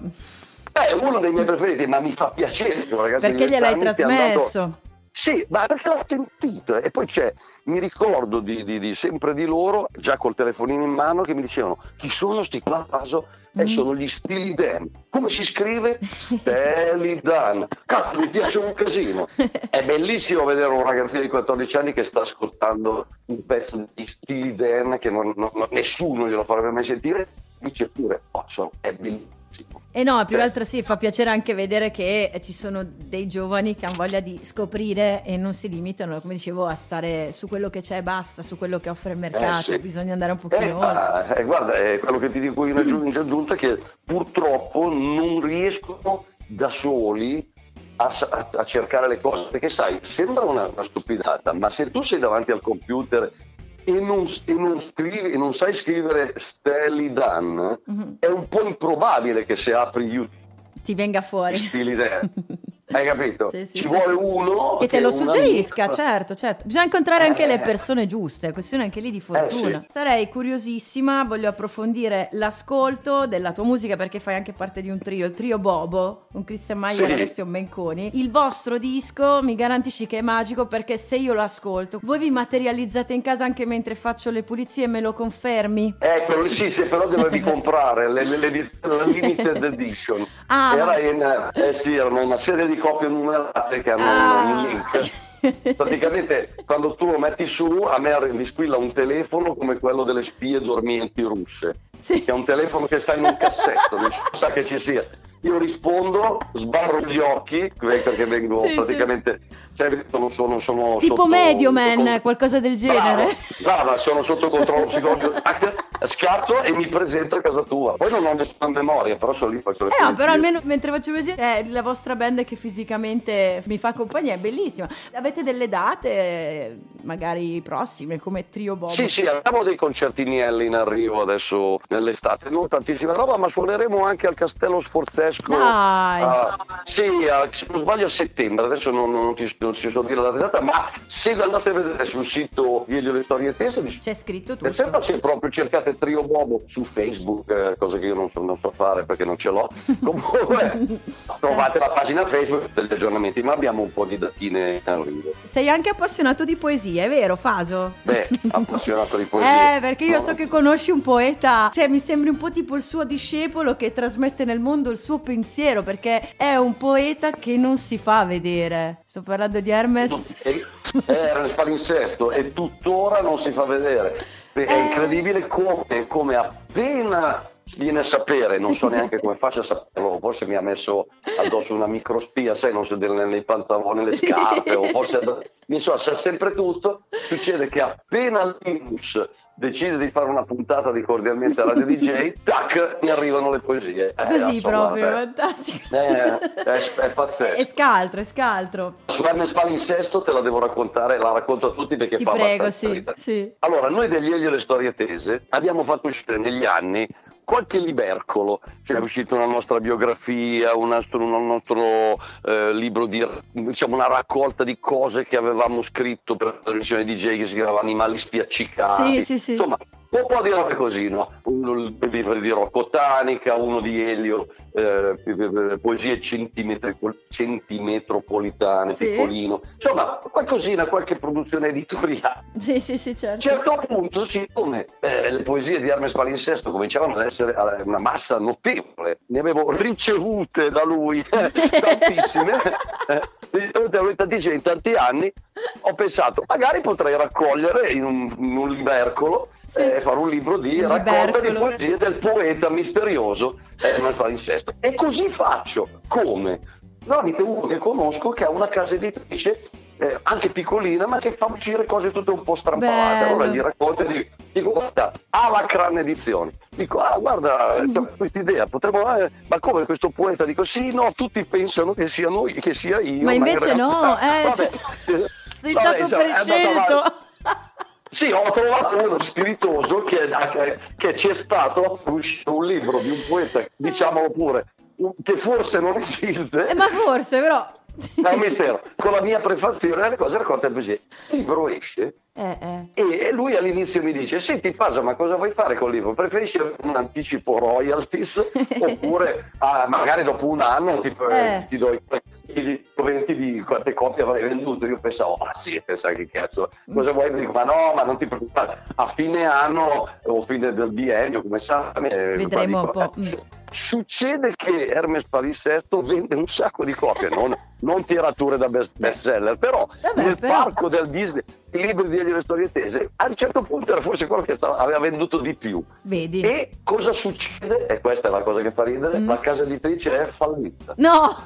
È uno dei miei preferiti, ma mi fa piacere che un ragazzo perché gliel'hai trasmesso andando... sì, ma perché l'ho sentito, e poi c'è, mi ricordo di, di, di sempre di loro, già col telefonino in mano, che mi dicevano chi sono sti qua caso? E mm. sono gli Steely Dan. Come si scrive? Steely Dan. Cazzo, mi piace un casino. È bellissimo vedere un ragazzino di quattordici anni che sta ascoltando un pezzo di Steely Dan che non, non, nessuno glielo farebbe mai sentire, dice pure, oh, sono, è bellissimo. E no, più che altro sì, fa piacere anche vedere che ci sono dei giovani che hanno voglia di scoprire e non si limitano, come dicevo, a stare su quello che c'è e basta, su quello che offre il mercato, eh sì. bisogna andare un pochino eh, oltre. Eh, guarda, è quello che ti dico io in aggiunta, che purtroppo non riescono da soli a, a, a cercare le cose, perché sai, sembra una, una stupidata, ma se tu sei davanti al computer e non, e non scrivi e non sai scrivere Steely Dan, mm-hmm. è un po' improbabile che se apri YouTube ti venga fuori Steely Dan. Hai capito? Sì, sì, ci sì, vuole sì. uno che te lo suggerisca, amico. certo, certo. Bisogna incontrare anche eh. le persone giuste, è questione anche lì di fortuna. Eh, sì. Sarei curiosissima, voglio approfondire l'ascolto della tua musica perché fai anche parte di un trio, il trio Bobo, con Christian Maier sì. e Alessio Menconi. Il vostro disco mi garantisci che è magico perché se io lo ascolto, voi vi materializzate in casa anche mentre faccio le pulizie, me lo confermi? Ecco, sì, sì, però dovevi comprare le, le, le, la limited edition. Ah, Era ma... in, eh sì, erano una serie di copie numerate che hanno ah. un link. Praticamente quando tu lo metti su, a me mi squilla un telefono come quello delle spie dormienti russe, sì. che è un telefono che sta in un cassetto, nessuno sa che ci sia. Io rispondo, sbarro gli occhi perché vengo sì, praticamente sì. Cioè, sono, sono, sono tipo sotto, Medioman, sotto, qualcosa del genere. Brava, brava, sono sotto controllo psicologico, scatto e mi presento a casa tua. Poi non ho nessuna memoria, però sono lì, faccio le eh no, però almeno mentre faccio così è la vostra band che fisicamente mi fa compagnia, è bellissima. Avete delle date magari prossime come Trio Bobo? Sì, sì, abbiamo dei concertini in arrivo adesso nell'estate, non tantissima roba, ma suoneremo anche al Castello Sforzesco. Dai. Uh, sì, uh, se non sbaglio a settembre, adesso non, non ti non ci so dire la data, ma se andate a vedere sul sito Elio le Storie Tese c'è scritto tutto. Per esempio c'è proprio, cercate Trio Bobo su Facebook, eh, cosa che io non so, non so fare perché non ce l'ho. Comunque trovate la pagina Facebook degli aggiornamenti, ma abbiamo un po' di datine in arrivo. Sei anche appassionato di poesia, è vero Faso? Beh, appassionato di poesia. Eh, perché io no. so che conosci un poeta, cioè mi sembri un po' tipo il suo discepolo che trasmette nel mondo il suo pensiero, perché è un poeta che non si fa vedere. Sto parlando di Hermes. Eh, Hermes palinsesto e tuttora non si fa vedere. È eh. incredibile come, come appena viene a sapere, non so neanche come faccia a saperlo, forse mi ha messo addosso una microspia, sai, non so, nei pantaloni, nelle scarpe, o forse mi so, sa sempre tutto. Succede che appena Linus decide di fare una puntata di Cordialmente Radio D J, tac, mi arrivano le poesie. Eh, Così so, proprio, guarda, fantastico. Eh, è, è pazzesco. È scaltro, è scaltro. Su Hermes Palinsesto te la devo raccontare, la racconto a tutti perché Ti fa prego, abbastanza sì, sì. Allora, noi degli Elio le Storie Tese abbiamo fatto uscire negli anni qualche libercolo, cioè è uscita una nostra biografia, un nostro, un nostro eh, libro di, diciamo, una raccolta di cose che avevamo scritto per la trasmissione D J che si chiamava Animali Spiaccicati. Sì, sì, sì. Insomma, un po' di robe così, no? Un libro di Rocco Tanica, uno di Elio, eh, poesie centimetri, centimetropolitane, sì. Piccolino, insomma qualcosina, qualche produzione editoriale. Sì, sì, sì, certo. A un certo punto, siccome eh, le poesie di Hermes Palinsesto cominciavano ad essere eh, una massa notevole, ne avevo ricevute da lui eh, tantissime, eh, tantissime in tanti anni, ho pensato magari potrei raccogliere in un, in un libercolo sì. e eh, fare un libro di un raccolta libercolo. di poesie del poeta misterioso Hermes Palinsesto. E così faccio. Come? Tramite uno che conosco che ha una casa editrice eh, anche piccolina, ma che fa uscire cose tutte un po' strampalate. Allora gli racconto e dico, dico guarda, Alacran Edizioni. Dico, ah guarda, c'è questa idea, potremmo, eh, ma come questo poeta? Dico, sì, no, tutti pensano che sia noi, che sia io. Ma invece in realtà, no, eh, vabbè, cioè, sei vabbè, stato prescelto. Sì, ho trovato uno spiritoso che, che, che ci è stato uscito un libro di un poeta, diciamolo pure, che forse non esiste. Eh, ma forse, però. È un mistero. Con la mia prefazione le cose raccontate così. Il libro esce eh, eh. e lui all'inizio mi dice: senti Fasa, ma cosa vuoi fare col libro? Preferisci un anticipo royalties oppure ah, magari dopo un anno ti, eh. ti do i proventi di quante copie avrei venduto? Io pensavo, ma sì, pensavo che cazzo, cosa vuoi? Dico, ma no, ma non ti preoccupare, a fine anno o fine del biennio, come sa, vedremo un po'. Succede che Hermes Palinsesto vende un sacco di copie, non, non tirature da best, bestseller, però Vabbè, nel però... parco del Disney, i libri di Elio Storietese, a un certo punto era forse quello che stava, aveva venduto di più. Vedi? E cosa succede? E questa è la cosa che fa ridere, mm. la casa editrice è fallita. No!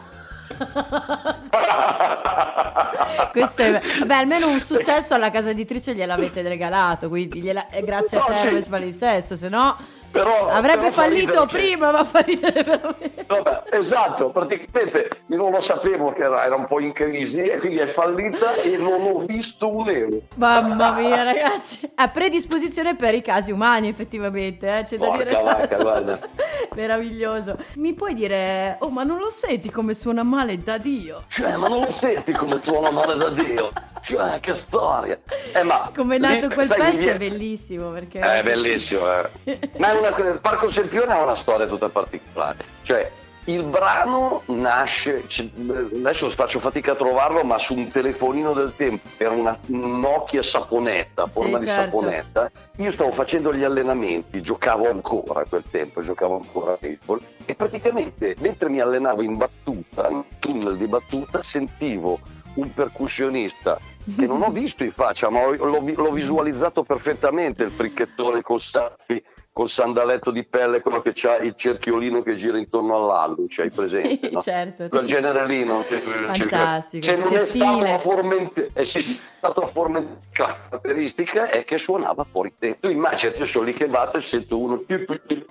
Questo è... Vabbè, almeno un successo alla casa editrice gliel'avete regalato, quindi gliela... grazie no, a te Hermes sì. Palinsesto, se no però, avrebbe però fallito che... prima, ma fa ridere veramente. Vabbè, esatto, praticamente io non lo sapevo che era, era un po' in crisi e quindi è fallita e non ho visto un euro. Mamma mia ragazzi, a predisposizione per i casi umani effettivamente, eh? C'è da Porca dire vacca, guarda. Meraviglioso. Mi puoi dire, oh ma non lo senti come suona male da Dio? Cioè, ma non lo senti come suona male da Dio? Cioè, che storia. Eh, ma come è nato lì, quel sai, pezzo viene... è bellissimo perché è bellissimo eh. Ma è una... il Parco Sempione ha una storia tutta particolare, cioè il brano nasce, adesso faccio fatica a trovarlo, ma su un telefonino del tempo, era una Nokia saponetta, forma sì, di certo. saponetta. Io stavo facendo gli allenamenti, giocavo ancora a quel tempo, giocavo ancora a baseball e praticamente mentre mi allenavo in battuta, in tunnel di battuta, sentivo un percussionista che non ho visto in faccia, ma l'ho, l'ho visualizzato perfettamente, il fricchettone col saffi, col sandaletto di pelle, quello che c'ha il cerchiolino che gira intorno all'alluce, hai presente? No? Certo. Quel genere lì, no? Fantastico. Se non è stato a Formentera, eh, sì, è stato a Formentera, la caratteristica è che suonava fuori tempo. Tu immaginati, io sono lì che batto e sento uno che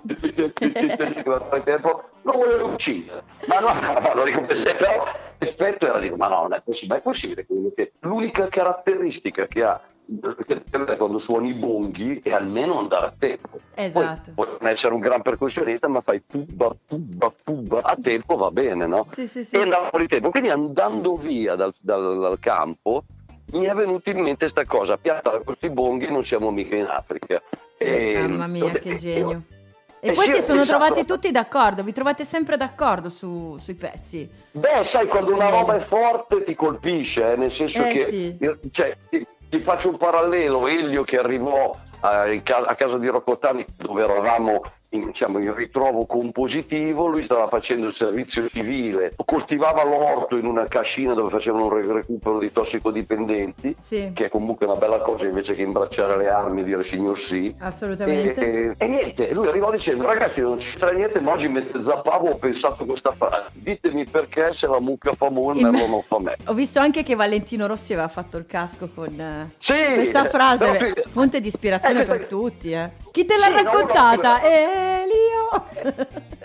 va fuori tempo, lo volevo uccidere. Ma no, lo dico per sé, però l'effetto era dire, ma no, non è possibile, è possibile che l'unica caratteristica che ha quando suoni i bonghi è almeno andare a tempo. Esatto. Poi, puoi non essere un gran percussionista, ma fai tuba, tuba, tuba, a tempo va bene, no? Sì, sì, sì. E andavo fuori tempo. Quindi andando via dal, dal, dal campo mi è venuta in mente questa cosa, piattare questi bonghi, non siamo mica in Africa. E, mamma mia, che genio. E, e poi sì, si sono esatto. trovati tutti d'accordo, vi trovate sempre d'accordo su, sui pezzi? Beh, sai, quando una roba è forte ti colpisce, eh, nel senso eh, che sì. cioè, ti, ti faccio un parallelo. Elio che arrivò eh, a casa di Rocco Tanica, dove eravamo in, diciamo, in ritrovo compositivo, lui stava facendo il servizio civile, coltivava l'orto in una cascina dove facevano un recupero di tossicodipendenti, sì. che è comunque una bella cosa invece che imbracciare le armi e dire signor sì. Assolutamente. E, e, e niente, lui arrivò dicendo ragazzi non c'entra niente, ma oggi mentre zappavo ho pensato questa frase, ditemi perché se la mucca fa mu il merlo non fa me. Ho visto anche che Valentino Rossi aveva fatto il casco con sì, questa frase, però, fonte di ispirazione eh, per questa... tutti, eh. Chi te l'ha sì, raccontata? No, no, Elio!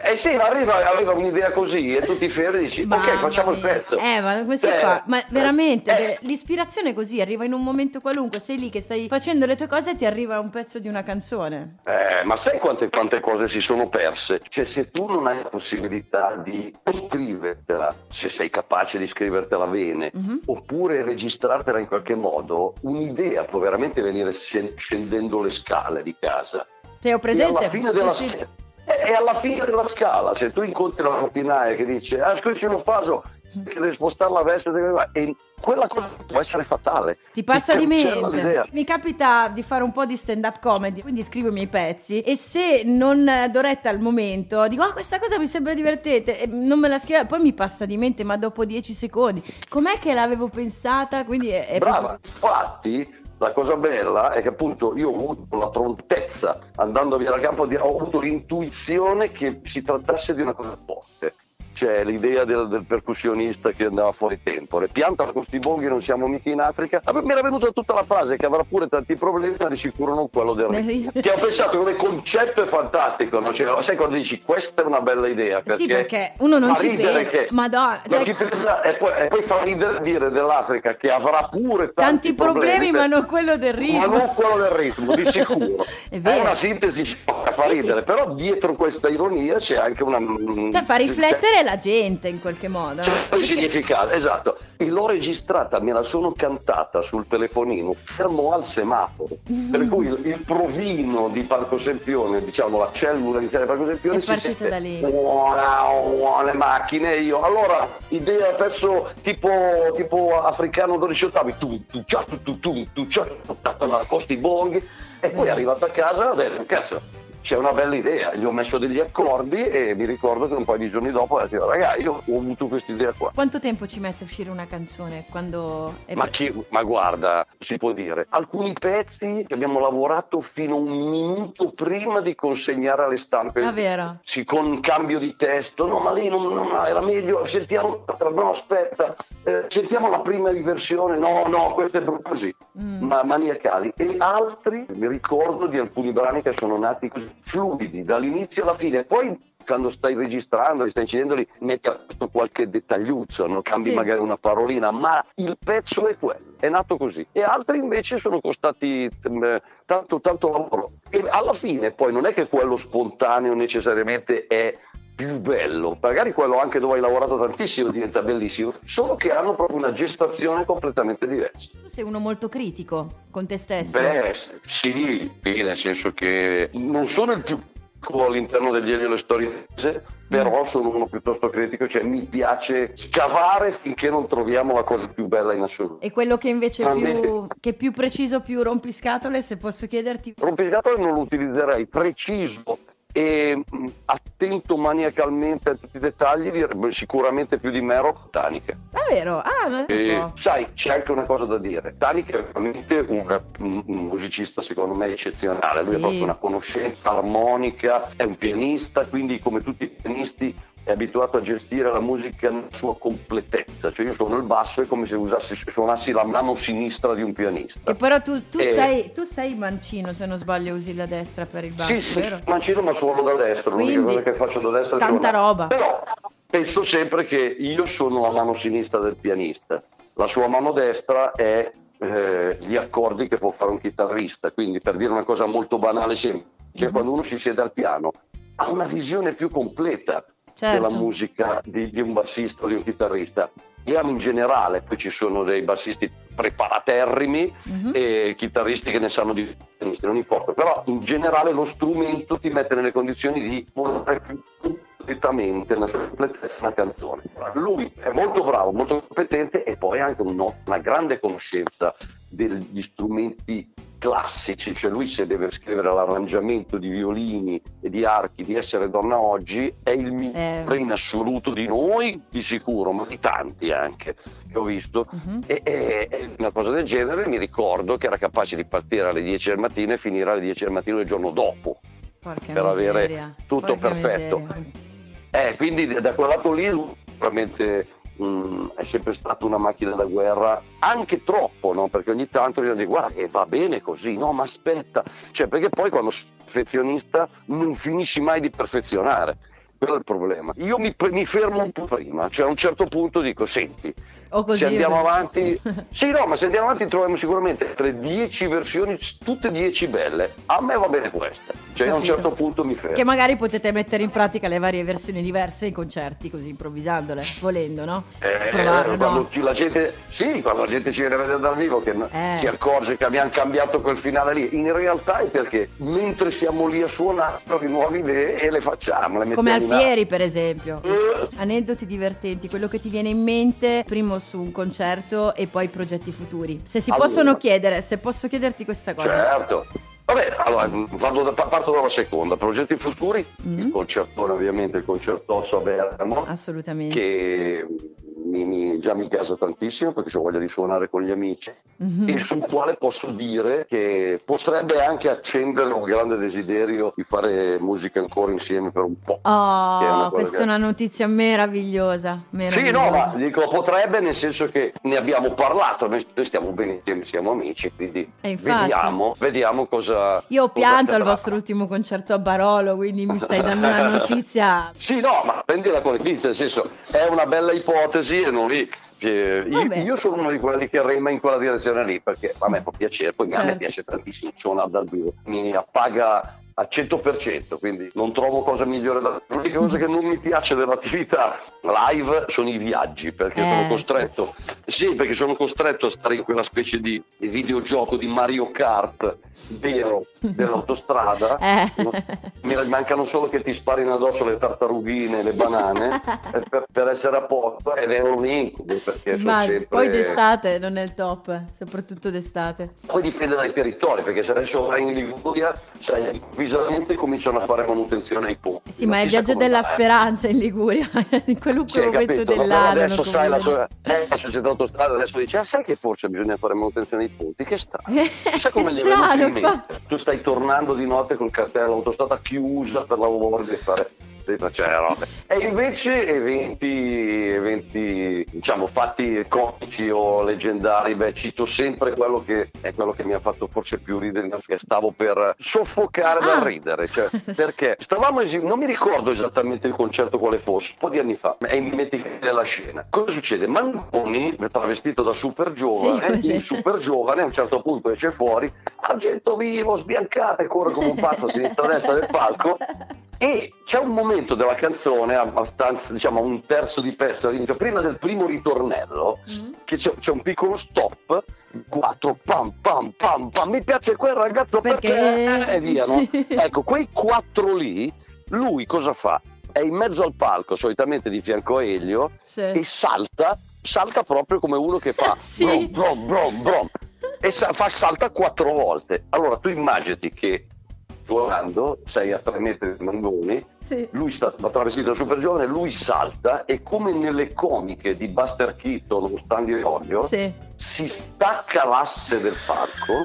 Eh sì, arriva, arriva un'idea così e tu ti fermi e dici Mamma ok, facciamo il mia. pezzo. Eh, ma come si Eh, fa? Ma veramente, eh. deve- l'ispirazione così arriva in un momento qualunque, sei lì che stai facendo le tue cose e ti arriva un pezzo di una canzone. Eh, ma sai quante, quante cose si sono perse? Cioè, se tu non hai la possibilità di scrivertela, se sei capace di scrivertela bene, Mhm. oppure registrartela in qualche modo, un'idea può veramente venire scen- scendendo le scale di casa. Te ho E presente? alla fine della Sì, sì. scala, e alla fine della scala, se tu incontri la portinaia che dice ah, scusi un faso, che deve spostare la veste, e quella cosa può essere fatale. Ti passa di cancella mente. l'idea. Mi capita di fare un po' di stand-up comedy, quindi scrivo i miei pezzi e se non do retta al momento dico ah questa cosa mi sembra divertente e non me la scrivo, poi mi passa di mente ma dopo dieci secondi com'è che l'avevo pensata, quindi è, è Brava, proprio- infatti la cosa bella è che appunto io ho avuto la prontezza andando via dal campo, di- ho avuto l'intuizione che si trattasse di una cosa forte. C'è l'idea del, del percussionista che andava fuori tempo, le pianta con questi bonghi, non siamo mica in Africa. A me mi era venuta tutta la frase che avrà pure tanti problemi, ma di sicuro non quello del Del ritmo. ritmo. Che ho pensato come concetto è fantastico, no? Cioè, sai quando dici questa è una bella idea? Perché sì perché uno non fa ci ridere pensa, che madonna, non cioè, ci pensa, e poi, e poi fa ridere dire dell'Africa che avrà pure tanti, tanti problemi ma per- non quello del ma ritmo. non quello del ritmo, di sicuro. È vero. una sintesi sciocca, fa Eh sì. ridere, però dietro questa ironia c'è anche una... Cioè fa riflettere la gente in qualche modo, no? c'è il significato, esatto. E l'ho registrata, me la sono cantata sul telefonino, fermo al semaforo. Per cui il, il provino di Parco Sempione, diciamo la cellula iniziale di Parco Sempione, È si partito sente da lì. wow, le macchine. Io allora idea pezzo tipo, tipo africano dodici ottavi, tu tu cia, tu tu tu tu cia, costi bonghi, e poi Mm. arrivato a casa ho detto cazzo, c'è una bella idea, gli ho messo degli accordi e mi ricordo che un paio di giorni dopo ho detto raga, io ho avuto questa idea qua. Quanto tempo ci mette a uscire una canzone quando è Ma, chi, ma guarda, si può dire, alcuni pezzi che abbiamo lavorato fino a un minuto prima di consegnare alle stampe. Ah, vero? Sì, con cambio di testo, no ma lì non, non- era meglio, sentiamo, no aspetta, eh, sentiamo la prima versione, no no, questo è proprio così, Mm. ma maniacali. E altri, mi ricordo di alcuni brani che sono nati così, fluidi, dall'inizio alla fine, poi quando stai registrando, stai incidendoli, metti a posto qualche dettagliuzzo, no? Cambi Sì. magari una parolina, ma il pezzo è quello, è nato così. E altri invece sono costati ehm, tanto, tanto lavoro. E alla fine poi non è che quello spontaneo necessariamente è più bello, magari quello anche dove hai lavorato tantissimo diventa bellissimo, solo che hanno proprio una gestazione completamente diversa. Tu sei uno molto critico con te stesso. Beh, sì, sì, nel senso che non sono il più critico all'interno degli Elio e le storie, però sono uno piuttosto critico, cioè mi piace scavare finché non troviamo la cosa più bella in assoluto. E quello che invece è più, Veramente. che è più preciso, più rompiscatole, se posso chiederti. Rompiscatole non lo utilizzerei, preciso e mh, attento maniacalmente a tutti i dettagli, direbbe sicuramente più di me Rocco Tanica. È vero? Ah, non è E, un po'. sai, c'è anche una cosa da dire. Tanica è veramente un, un- un musicista secondo me eccezionale, lui Sì. ha proprio una conoscenza armonica, è un pianista, quindi come tutti i pianisti è abituato a gestire la musica nella sua completezza, cioè io suono il basso è come se usassi, suonassi la mano sinistra di un pianista. Che però tu, tu Eh. sei, tu sei mancino, se non sbaglio, usi la destra per il basso, Sì, sì, vero? mancino ma suono da destra, l'unica Quindi, cosa che faccio da destra è tanta suonare. roba. Però penso sempre che io sono la mano sinistra del pianista, la sua mano destra è eh, gli accordi che può fare un chitarrista, quindi per dire una cosa molto banale semplice, Mhm. quando uno si siede al piano ha una visione più completa Certo. della musica di, di un bassista o di un chitarrista. Abbiamo in generale, poi ci sono dei bassisti preparaterrimi Mhm. e chitarristi che ne sanno di pianisti, non importa, però in generale lo strumento ti mette nelle condizioni di suonare più completamente nella sua completezza una canzone. Lui è molto bravo, molto competente e poi ha anche un- una grande conoscenza degli strumenti classici, cioè lui se deve scrivere l'arrangiamento di violini e di archi di Essere donna oggi è il migliore Eh. in assoluto di noi di sicuro, ma di tanti anche che ho visto. Mhm. E, e- e una cosa del genere mi ricordo che era capace di partire alle dieci del mattino e finire alle dieci del mattino il giorno dopo, Porca per avere miseria. tutto Porca perfetto. miseria. eh, quindi da quel lato lì lui veramente mm, è sempre stata una macchina da guerra, anche troppo, no? Perché ogni tanto bisogna dire guarda che va bene così, no ma aspetta, cioè perché poi quando sei perfezionista non finisci mai di perfezionare, quello è il problema. Io mi, mi fermo un po' prima, cioè a un certo punto dico, senti, o così, se andiamo così. avanti, sì, no, ma se andiamo avanti troviamo sicuramente altre dieci versioni, tutte dieci belle. A me va bene questa, cioè a un certo punto mi fermo. Che magari potete mettere in pratica le varie versioni diverse in concerti, così improvvisandole, volendo, no? Eh, Provare, quando no? ci- la gente, sì, quando la gente ci viene a vedere dal vivo, che Eh. si accorge che abbiamo cambiato quel finale lì. In realtà è perché mentre siamo lì a suonare trovi nuove idee e le facciamo. Le Come mettiamo in Alfieri, per esempio. Eh. Aneddoti divertenti, quello che ti viene in mente primo su un concerto e poi progetti futuri. Se si Allora. possono chiedere, se posso chiederti questa cosa. Certo. Vabbè, allora vado da- parto dalla seconda. Progetti futuri, Mm. il concertone, ovviamente, il concertozzo a Bergamo, Assolutamente. che mi, mi- già mi casa tantissimo perché ho voglia di suonare con gli amici, Mhm. e sul quale posso dire che potrebbe anche accendere un grande desiderio di fare musica ancora insieme per un po'. Che è una Oh, cosa questa è che- una notizia meravigliosa, Sì, meravigliosa. no, ma dico potrebbe nel senso che ne abbiamo parlato, noi noi stiamo bene insieme, siamo amici, quindi E infatti. vediamo, vediamo cosa... Io ho cosa pianto al accadrà. vostro ultimo concerto a Barolo, quindi mi stai dando una notizia. Sì, no, ma prendila con le pinze, nel senso, è una bella ipotesi e non lì. eh, io, Vabbè. io sono uno di quelli che rema in quella direzione lì, perché a me può piacere, poi a me Certo. piace tantissimo suonare dal vivo, mi appaga al cento per cento, quindi non trovo cosa migliore da... L'unica cosa che non mi piace dell'attività live sono i viaggi, perché Eh, sono costretto sì. perché sono costretto a stare in quella specie di videogioco di Mario Kart vero dell'autostrada. Eh. No? Mi mancano solo che ti sparino addosso le tartarughine, le banane eh, per, per essere a posto, ed è un incubo perché sono Ma sempre... poi d'estate non è il top, soprattutto d'estate. Poi dipende dai territori, perché se adesso vai in Liguria, sai, improvvisamente cominciano a fare manutenzione ai ponti. Sì, ma è il chissà viaggio come della va, eh. speranza in Liguria, in qualunque Sì, hai momento capito, ma però dell'anno. adesso non sai la, conviene. so- eh, la società d'autostrada adesso dice, ah, sai che forse bisogna fare manutenzione ai ponti, che strano. Eh, Chissà come è gli è venuto strano, in mente. infatti. Tu stai tornando di notte col cartello autostrada chiusa per lavoro, devi fare devi fare- cioè, robe. E invece eventi eventi diciamo fatti comici o leggendari, beh, cito sempre quello che è quello che mi ha fatto forse più ridere, che stavo per soffocare dal Ah. ridere, cioè, perché stavamo esi- non mi ricordo esattamente il concerto quale fosse, un po' di anni fa, e mi metti nella scena. Cosa succede? Mangoni, travestito da super giovane, Sì, il sì. super giovane a un certo punto esce fuori, argento vivo, sbiancate, corre come un pazzo a sinistra e a destra del palco. E c'è un momento della canzone, abbastanza, diciamo, un terzo di pezzo all'inizio, prima del primo ritornello, Mm. che c'è, c'è un piccolo stop, quattro, pam, pam, pam, pam, mi piace quel ragazzo perché, Perché? e via, no? Ecco, quei quattro lì, lui cosa fa? È in mezzo al palco, solitamente di fianco a Elio, Sì. e salta, salta proprio come uno che fa Sì. brom, brom, brom, brom, e sa- fa salta quattro volte. Allora tu immaginati che suonando sei a tre metri di Mangoni, Sì. lui sta travestito da super giovane, lui salta e come nelle comiche di Buster Keaton o Stanley Olio Sì. si stacca l'asse del palco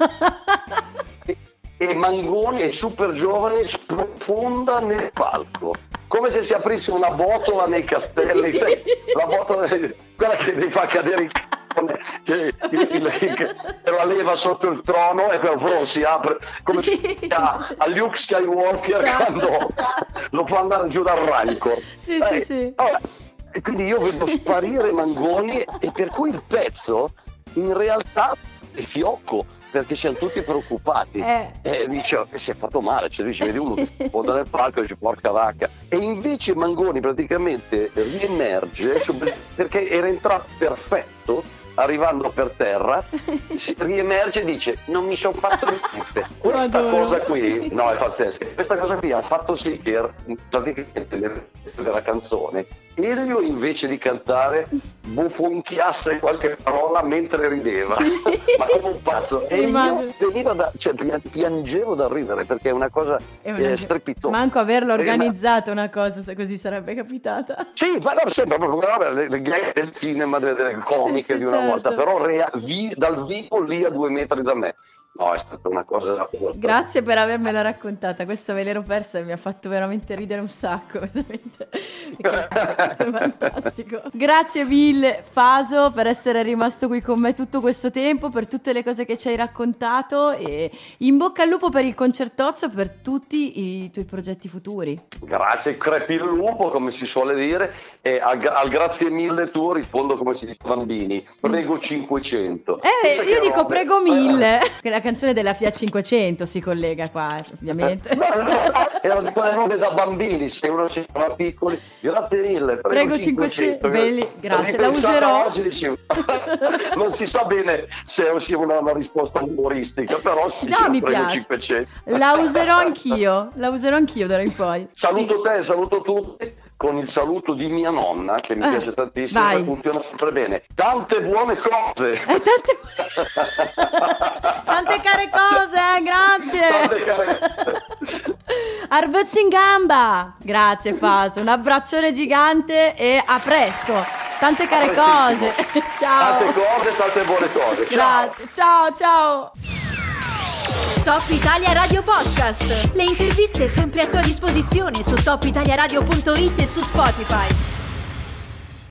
e, e Mangoni è super giovane, sprofonda nel palco come se si aprisse una botola nei castelli, sai, la botola quella che ti fa cadere il c***o, che, il- il- che la leva sotto il trono e poi però si apre come si a, a Luke Skywalker Esatto. quando lo fa andare giù dal Rancor. Sì, Eh, sì, sì. allora, e quindi io vedo sparire Mangoni e per cui il pezzo in realtà è fiocco perché siamo tutti preoccupati. Eh. E dice, "Eh, si è fatto male, cioè dice, vedi uno che sfonda nel palco e dice porca vacca. E invece Mangoni praticamente riemerge perché era entrato perfetto, arrivando per terra, si riemerge e dice non mi sono fatto niente. Questa Madonna. cosa qui, no, è pazzesca, questa cosa qui ha fatto sì che praticamente nel- della canzone Elio invece di cantare bofonchiasse qualche parola mentre rideva, ma come un pazzo. Sì, e io immagino. veniva da, cioè, pia- piangevo da ridere perché è una cosa È una- eh, strepitosa. Manco averlo Eh, ma- organizzato una cosa, se così sarebbe capitata. Sì, ma no, sempre proprio una roba, le, le gag del cinema, delle, delle comiche Sì, sì, di una certo. volta, però rea- vi- dal vivo lì a due metri da me. No, è stata una cosa... Grazie per avermela raccontata, questa me l'ero persa e mi ha fatto veramente ridere un sacco, veramente. Questo è fantastico. Grazie mille Faso per essere rimasto qui con me tutto questo tempo, per tutte le cose che ci hai raccontato, e in bocca al lupo per il concertozzo e per tutti i tuoi progetti futuri. Grazie, crepi il lupo, come si suole dire, e al, al grazie mille tuo rispondo come si dice bambini, prego cinquecento. Eh, io dico robe. Prego mille. La canzone della Fiat cinquecento si collega qua, ovviamente. No, no, no, erano quelle robe da bambini, se uno ci chiama piccoli. Grazie mille, prego, prego cinquecento. Belli, grazie, la userò. Oggi, dicevo, non si sa bene se sia una, una risposta umoristica, però si no, dice mi prego piace. cinquecento. La userò anch'io, la userò anch'io d'ora in poi. Saluto sì. te, saluto tutti. Con il saluto di mia nonna, che mi eh, piace tantissimo, vai. E funziona sempre bene. Tante buone cose! Eh, tante, tante care cose, eh, grazie! Tante care... Arvezzi in gamba! Grazie Faso, un abbraccione gigante e a presto! Tante care cose! Ciao! Tante cose, tante buone cose! Grazie, ciao, ciao! Top Italia Radio Podcast. Le interviste sempre a tua disposizione su top italia radio punto it e su Spotify.